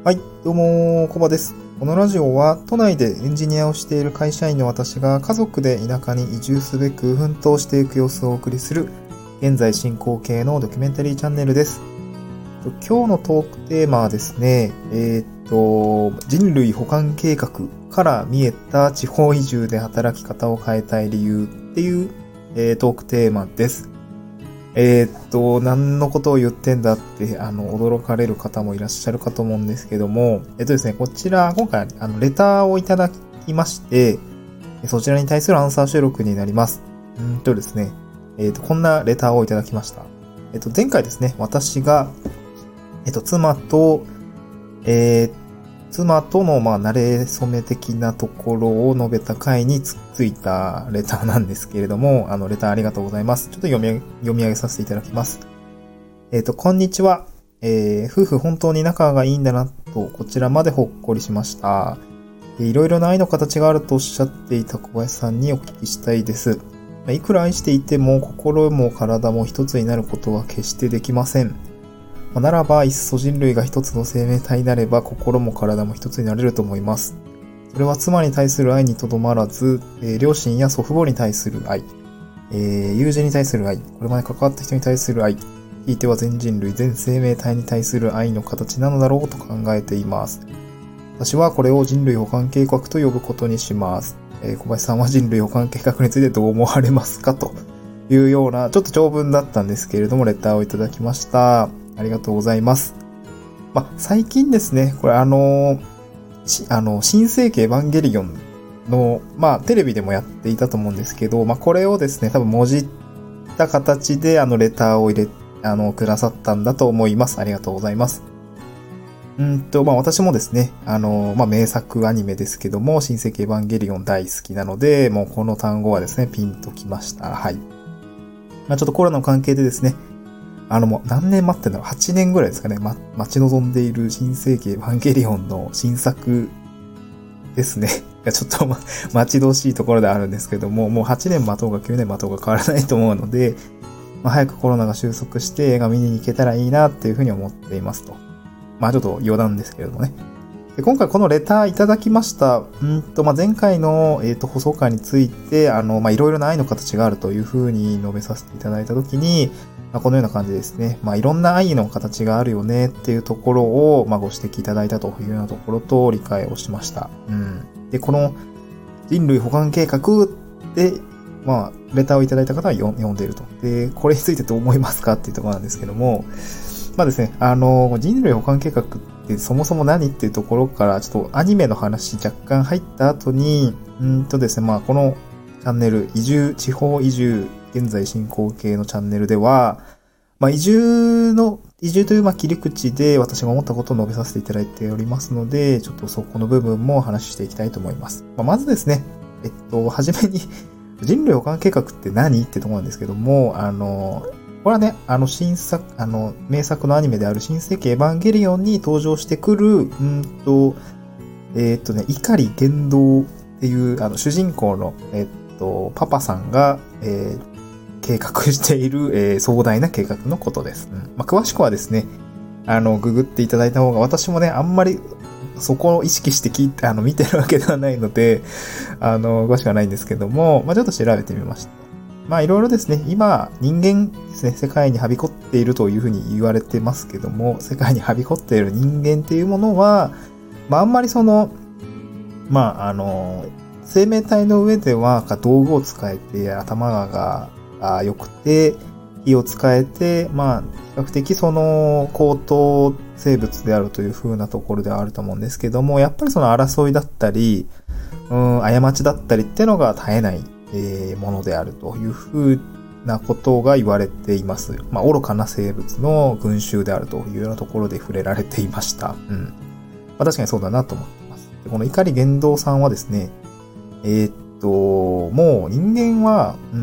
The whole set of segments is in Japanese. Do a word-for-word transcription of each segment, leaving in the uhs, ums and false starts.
はい、どうも、コバです。このラジオは、都内でエンジニアをしている会社員の私が家族で田舎に移住すべく奮闘していく様子をお送りする、現在進行形のドキュメンタリーチャンネルです。今日のトークテーマはですね、えー、っと、人類補完計画から見えた地方移住で働き方を変えたい理由っていう、えー、トークテーマです。えー、っと、何のことを言ってんだって、あの、驚かれる方もいらっしゃるかと思うんですけども、えっとですね、こちら、今回、あの、レターをいただきまして、そちらに対するアンサー収録になります。うんとですね、えっと、こんなレターをいただきました。えっと、前回ですね、私が、えっと、妻と、えー、妻との、まあ、慣れ初め的なところを述べた回につっついたレターなんですけれども、あの、レターありがとうございます。ちょっと読み、読み上げさせていただきます。えっと、こんにちは。えー、夫婦本当に仲がいいんだなと、こちらまでほっこりしました。いろいろな愛の形があるとおっしゃっていた小林さんにお聞きしたいです。いくら愛していても、心も体も一つになることは決してできません。ならば、いっそ人類が一つの生命体になれば、心も体も一つになれると思います。それは妻に対する愛にとどまらず、えー、両親や祖父母に対する愛、えー、友人に対する愛、これまで関わった人に対する愛、ひいては全人類、全生命体に対する愛の形なのだろうと考えています。私はこれを人類補完計画と呼ぶことにします。えー、小林さんは人類補完計画についてどう思われますかというような、ちょっと長文だったんですけれども、レターをいただきました。ありがとうございます。まあ、最近ですね、これあの、あの、新世紀エヴァンゲリオンの、まあ、テレビでもやっていたと思うんですけど、まあ、これをですね、多分文字った形で、あの、レターを入れ、あの、くださったんだと思います。ありがとうございます。うんと、まあ、私もですね、あの、まあ、名作アニメですけども、新世紀エヴァンゲリオン大好きなので、もうこの単語はですね、ピンときました。はい。まあ、ちょっとコロナの関係でですね、あのもう何年待ってんだろう ?はち 年ぐらいですかね。ま、待ち望んでいる新世紀エヴァンゲリオンの新作ですね。ちょっと、ま、待ち遠しいところであるんですけども、もうはちねん待とうがきゅうねん待とうが変わらないと思うので、まあ、早くコロナが収束して映画見に行けたらいいなっていうふうに思っていますと。まあちょっと余談ですけれどもね。で今回このレターいただきました。うんと、まあ、前回の、えっと、放送回について、あの、まあ、いろいろな愛の形があるというふうに述べさせていただいたときに、まあ、このような感じですね。まあ、いろんな愛の形があるよねっていうところを、まあ、ご指摘いただいたというようなところと理解をしました。うん。で、この人類補完計画で、まあ、レターをいただいた方は読んでいると。で、これについてどう思いますかっていうところなんですけども、まあですね、あの、人類補完計画ってそもそも何っていうところから、ちょっとアニメの話若干入った後に、うんとですね、まあこのチャンネル、移住、地方移住、現在進行形のチャンネルでは、まあ移住の、移住というまあ切り口で私が思ったことを述べさせていただいておりますので、ちょっとそこの部分もお話ししていきたいと思います。まあ、まずですね、えっと、はじめに人類補完計画って何ってところなんですけども、あの、これはね、あの新作、あの、名作のアニメである新世紀エヴァンゲリオンに登場してくる、うんと、えー、っとね、碇玄道っていう、あの、主人公の、えー、っと、パパさんが、えー、計画している、えー、壮大な計画のことです。うんまあ、詳しくはですね、あの、ググっていただいた方が、私もね、あんまり、そこを意識して聞いて、あの、見てるわけではないので、あの、詳しくはないんですけども、まあ、ちょっと調べてみました。まあいろいろですね、今人間ですね、世界にはびこっているというふうに言われてますけども、世界にはびこっている人間っていうものは、まああんまりその、まああの、生命体の上では道具を使えて頭が良くて、火を使えて、まあ比較的その高等生物であるというふうなところではあると思うんですけども、やっぱりその争いだったり、うん、過ちだったりっていうのが絶えない。えー、ものであるというふうなことが言われています。まあ、愚かな生物の群衆であるというようなところで触れられていました。うん。まあ、確かにそうだなと思っています。でこの碇玄道さんはですね、えー、っと、もう人間は、うん、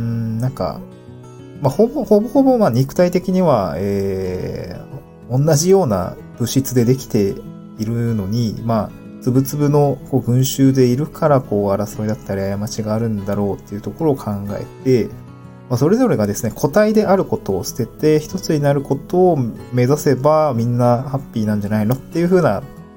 なんか、まあ、ほぼ、ほぼほぼ、まあ、肉体的には、えー、同じような物質でできているのに、まあ、つぶつぶのこう群衆でいるからこう争いだったり過ちがあるんだろうっていうところを考えて、まあ、それぞれがですね、個体であることを捨てて一つになることを目指せばみんなハッピーなんじゃないのっていう風な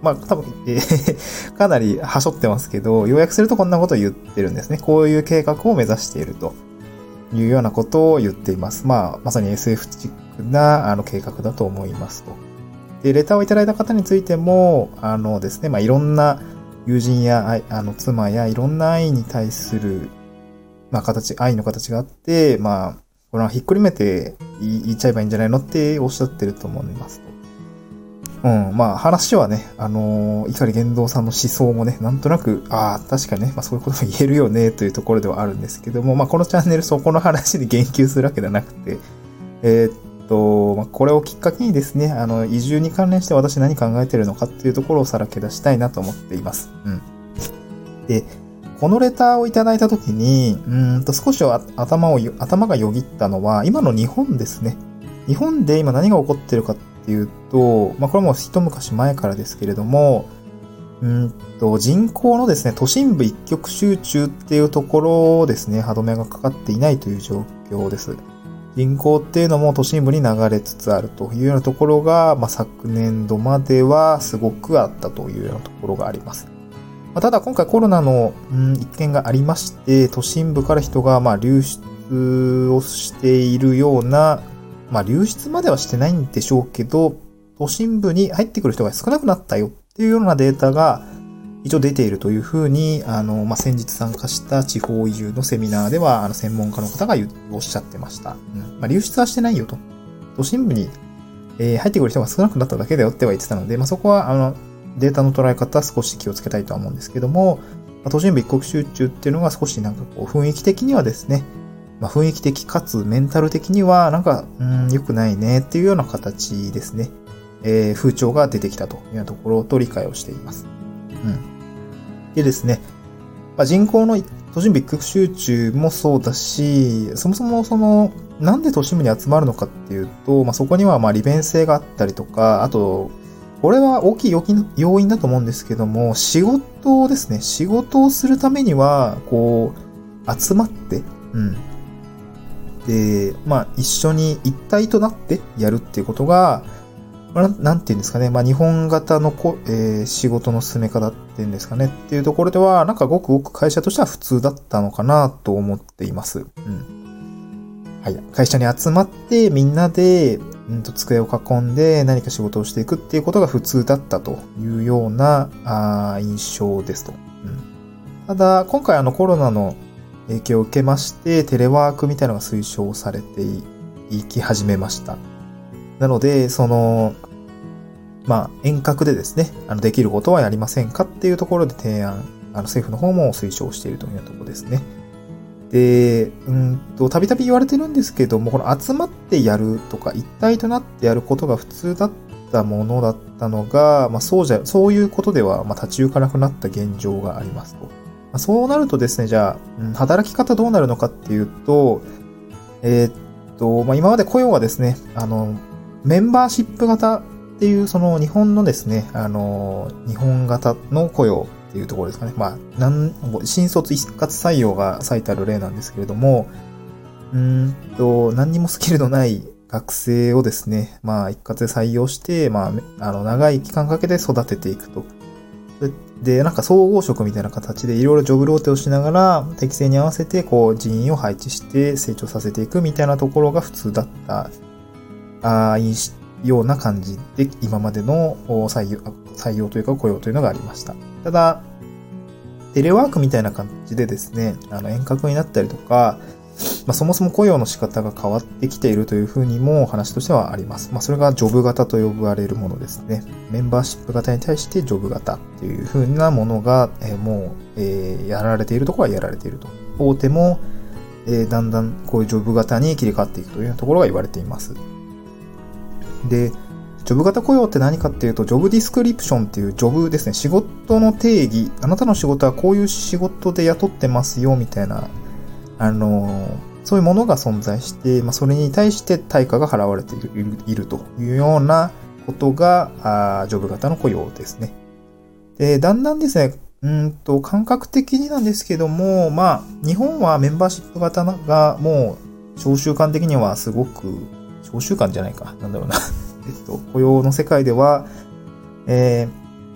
まあ多分、えー、かなりはしょってますけど、要約するとこんなことを言ってるんですね。こういう計画を目指しているというようなことを言っています。まあ、まさに エスエフ チックなあの計画だと思いますと。で、レターをいただいた方についても、あのですね、まあいろんな友人やあの妻やいろんな愛に対する、まあ形、愛の形があって、まあ、これはひっくるめて言っちゃえばいいんじゃないのっておっしゃってると思いますと。うん、まあ話はね、あのー、碇玄道さんの思想もね、なんとなく、ああ、確かにね、まあそういうことも言えるよね、というところではあるんですけども、まあこのチャンネルそこの話に言及するわけではなくて、えー、っと、まあこれをきっかけにですね、あの、移住に関連して私何考えてるのかっていうところをさらけ出したいなと思っています。うん。で、このレターをいただいたときに、うんと少し頭を、頭がよぎったのは、今の日本ですね。日本で今何が起こってるかっていうと、まあこれも一昔前からですけれども、うんと人口のですね、都心部一極集中っていうところですね、歯止めがかかっていないという状況です。人口っていうのも都心部に流れつつあるというようなところが、まあ昨年度まではすごくあったというようなところがあります。まあ、ただ今回コロナの、うん、一件がありまして、都心部から人がまあ流出をしているような、まあ流出まではしてないんでしょうけど、都心部に入ってくる人が少なくなったよっていうようなデータが一応出ているというふうに、あの、まあ、先日参加した地方移住のセミナーでは、あの、専門家の方がおっしゃってました。うん。まあ、流出はしてないよと。都心部に、えー、入ってくる人が少なくなっただけだよっては言ってたので、まあ、そこは、あの、データの捉え方は少し気をつけたいとは思うんですけども、まあ、都心部一国集中っていうのが少しなんかこう、雰囲気的にはですね、まあ、雰囲気的かつメンタル的にはなんか、うん、良くないねっていうような形ですね。えー、風潮が出てきたというようなところと理解をしています。うん。でですね、まあ、人口の都心部一極集中もそうだし、そもそもその、なんで都心部に集まるのかっていうと、まあ、そこにはまあ利便性があったりとか、あと、これは大きい要因だと思うんですけども、仕事ですね。仕事をするためには、こう、集まって、うん。で、まあ、一緒に一体となってやるっていうことが、まあ、なんていうんですかね。まあ、日本型のこ、えー、仕事の進め方っていうんですかね。っていうところでは、なんかごくごく会社としては普通だったのかなと思っています。うん。はい。会社に集まってみんなで、うんと、机を囲んで何か仕事をしていくっていうことが普通だったというようなあ印象ですと。うん。ただ、今回あのコロナの影響を受けまして、テレワークみたいなのが推奨されていき始めました。なので、その、まあ、遠隔でですね、あの、できることはやりませんかっていうところで提案、あの、政府の方も推奨しているというようなところですね。で、うんと、たびたび言われてるんですけども、この集まってやるとか、一体となってやることが普通だったものだったのが、まあ、そうじゃ、そういうことでは、まあ、立ち行かなくなった現状がありますと。まあ、そうなるとですね、じゃあ、うん、働き方どうなるのかっていうと、えー、っと、まあ、今まで雇用はですね、あの、メンバーシップ型っていう、その日本のですね、あの、日本型の雇用っていうところですかね。まあ、なん、新卒一括採用が最たる例なんですけれども、うーんと、何にもスキルのない学生をですね、まあ、一括で採用して、まあ、あの、長い期間かけて育てていくと。で、なんか総合職みたいな形でいろいろジョブローテをしながら、適性に合わせて、こう、人員を配置して成長させていくみたいなところが普通だった。あような感じで今までの採用、採用というか雇用というのがありました。ただ、テレワークみたいな感じでですね、あの遠隔になったりとか、まあ、そもそも雇用の仕方が変わってきているというふうにも話としてはあります。まあ、それがジョブ型と呼ばれるものですね。メンバーシップ型に対してジョブ型っていうふうなものが、えー、もう、えー、やられているところはやられていると。大手も、えー、だんだんこういうジョブ型に切り替わっていくというところが言われています。で、ジョブ型雇用って何かっていうと、ジョブディスクリプションっていうジョブですね、仕事の定義、あなたの仕事はこういう仕事で雇ってますよ、みたいな、あの、そういうものが存在して、まあ、それに対して対価が払われている、いるというようなことが、あジョブ型の雇用ですね。で、だんだんですね、うんと、感覚的になんですけども、まあ、日本はメンバーシップ型がもう、召集感的にはすごく、召集感じゃないか。なんだろうな。えっと、雇用の世界では、えー、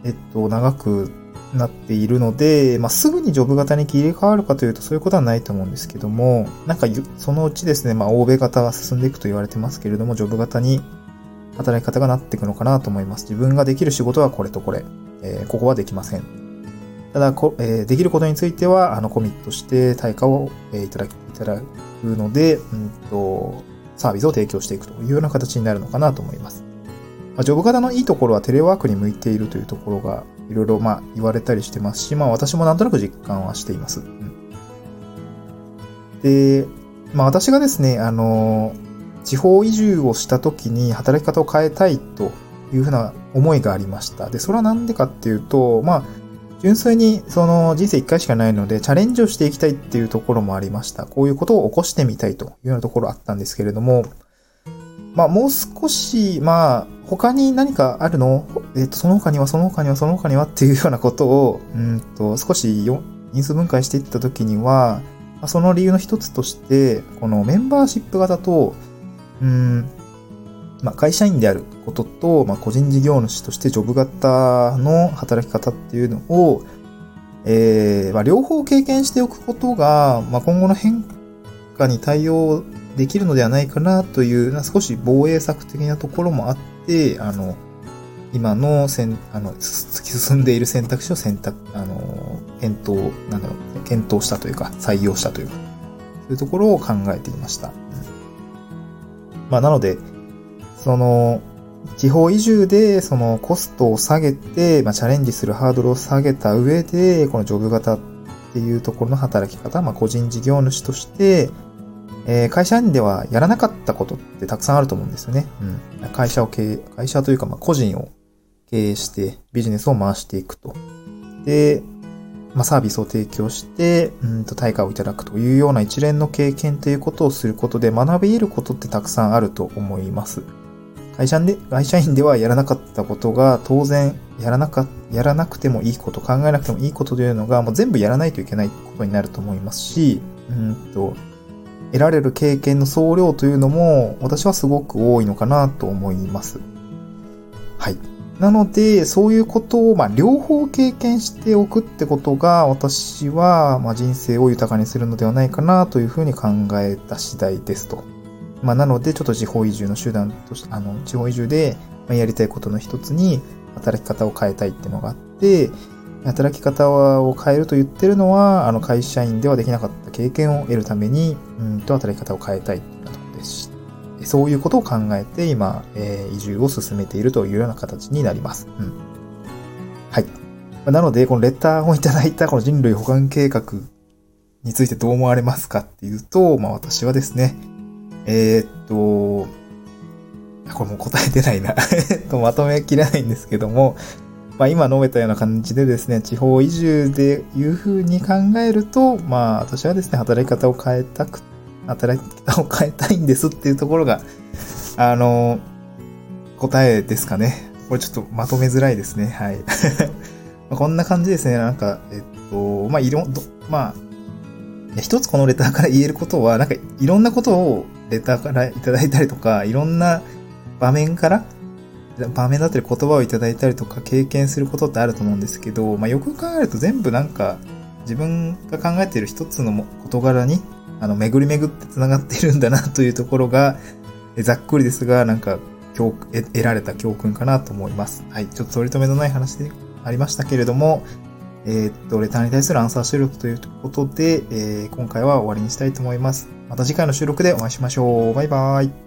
えっと、長くなっているので、まあ、すぐにジョブ型に切り替わるかというとそういうことはないと思うんですけども、なんかそのうちですね、まあ、欧米型が進んでいくと言われてますけれども、ジョブ型に働き方がなっていくのかなと思います。自分ができる仕事はこれとこれ、えー、ここはできません。ただこ、えー、できることについてはあのコミットして対価を、えー、いただきいただくので、うんと、サービスを提供していくというような形になるのかなと思います。まあ、ジョブ型のいいところはテレワークに向いているというところがいろいろまあ言われたりしてますし、まあ私もなんとなく実感はしています。うん、で、まあ私がですね、あの、地方移住をした時に働き方を変えたいというふうな思いがありました。で、それはなんでかっていうと、まあ、純粋にその人生一回しかないのでチャレンジをしていきたいっていうところもありました。こういうことを起こしてみたいというようなところあったんですけれども、まあもう少し、まあ他に何かあるの？えっと、その他にはその他にはその他にはっていうようなことを、うんと少し因数分解していったときには、その理由の一つとして、このメンバーシップ型と、うんまあ、会社員であることと、まあ、個人事業主としてジョブ型の働き方っていうのを、えーまあ、両方経験しておくことが、まあ、今後の変化に対応できるのではないかなという、少し防衛策的なところもあって、あの、今のせんあの突き進んでいる選択肢を選択、あの、検討、なんだろう、検討したというか、採用したというか、そういうところを考えていました。まあ、なので、その、地方移住で、そのコストを下げて、まあ、チャレンジするハードルを下げた上で、このジョブ型っていうところの働き方、まあ、個人事業主として、えー、会社員ではやらなかったことってたくさんあると思うんですよね。うん。会社を経営、会社というか、まあ、個人を経営して、ビジネスを回していくと。で、まあ、サービスを提供して、うんと対価をいただくというような一連の経験ということをすることで学び得ることってたくさんあると思います。会社で、会社員ではやらなかったことが当然やらなか、やらなくてもいいこと、考えなくてもいいことというのがもう全部やらないといけないことになると思いますし、うんと、得られる経験の総量というのも私はすごく多いのかなと思います。はい。なので、そういうことを、まあ、両方経験しておくってことが、私は、まあ、人生を豊かにするのではないかなというふうに考えた次第ですと。まあ、なので、ちょっと地方移住の手段として、あの、地方移住でやりたいことの一つに、働き方を変えたいっていうのがあって、働き方を変えると言ってるのは、あの、会社員ではできなかった経験を得るために、うんと、働き方を変えたいっていうところです。そういうことを考えて今、えー、移住を進めているというような形になります。うん。はい。なので、このレターをいただいたこの人類保管計画についてどう思われますかっていうと、まあ私はですね、えー、っと、これもう答え出ないな。とまとめきれないんですけども、まあ今述べたような感じでですね、地方移住でいうふうに考えると、まあ私はですね、働き方を変えたく、働き方を変えたいんですっていうところが、あの、答えですかね。これちょっとまとめづらいですね。はい。こんな感じですね。なんか、えっと、まあいろん、まあ、一つこのレターから言えることは、なんかいろんなことをレターからいただいたりとか、いろんな場面から、場面だったり言葉をいただいたりとか経験することってあると思うんですけど、まあよく考えると全部なんか自分が考えている一つの事柄に、あの、巡り巡って繋がっているんだなというところが、ざっくりですが、なんか、教得られた教訓かなと思います。はい。ちょっと取り留めのない話でありましたけれども、えー、っと、レターに対するアンサー収録ということで、えー、今回は終わりにしたいと思います。また次回の収録でお会いしましょう。バイバーイ。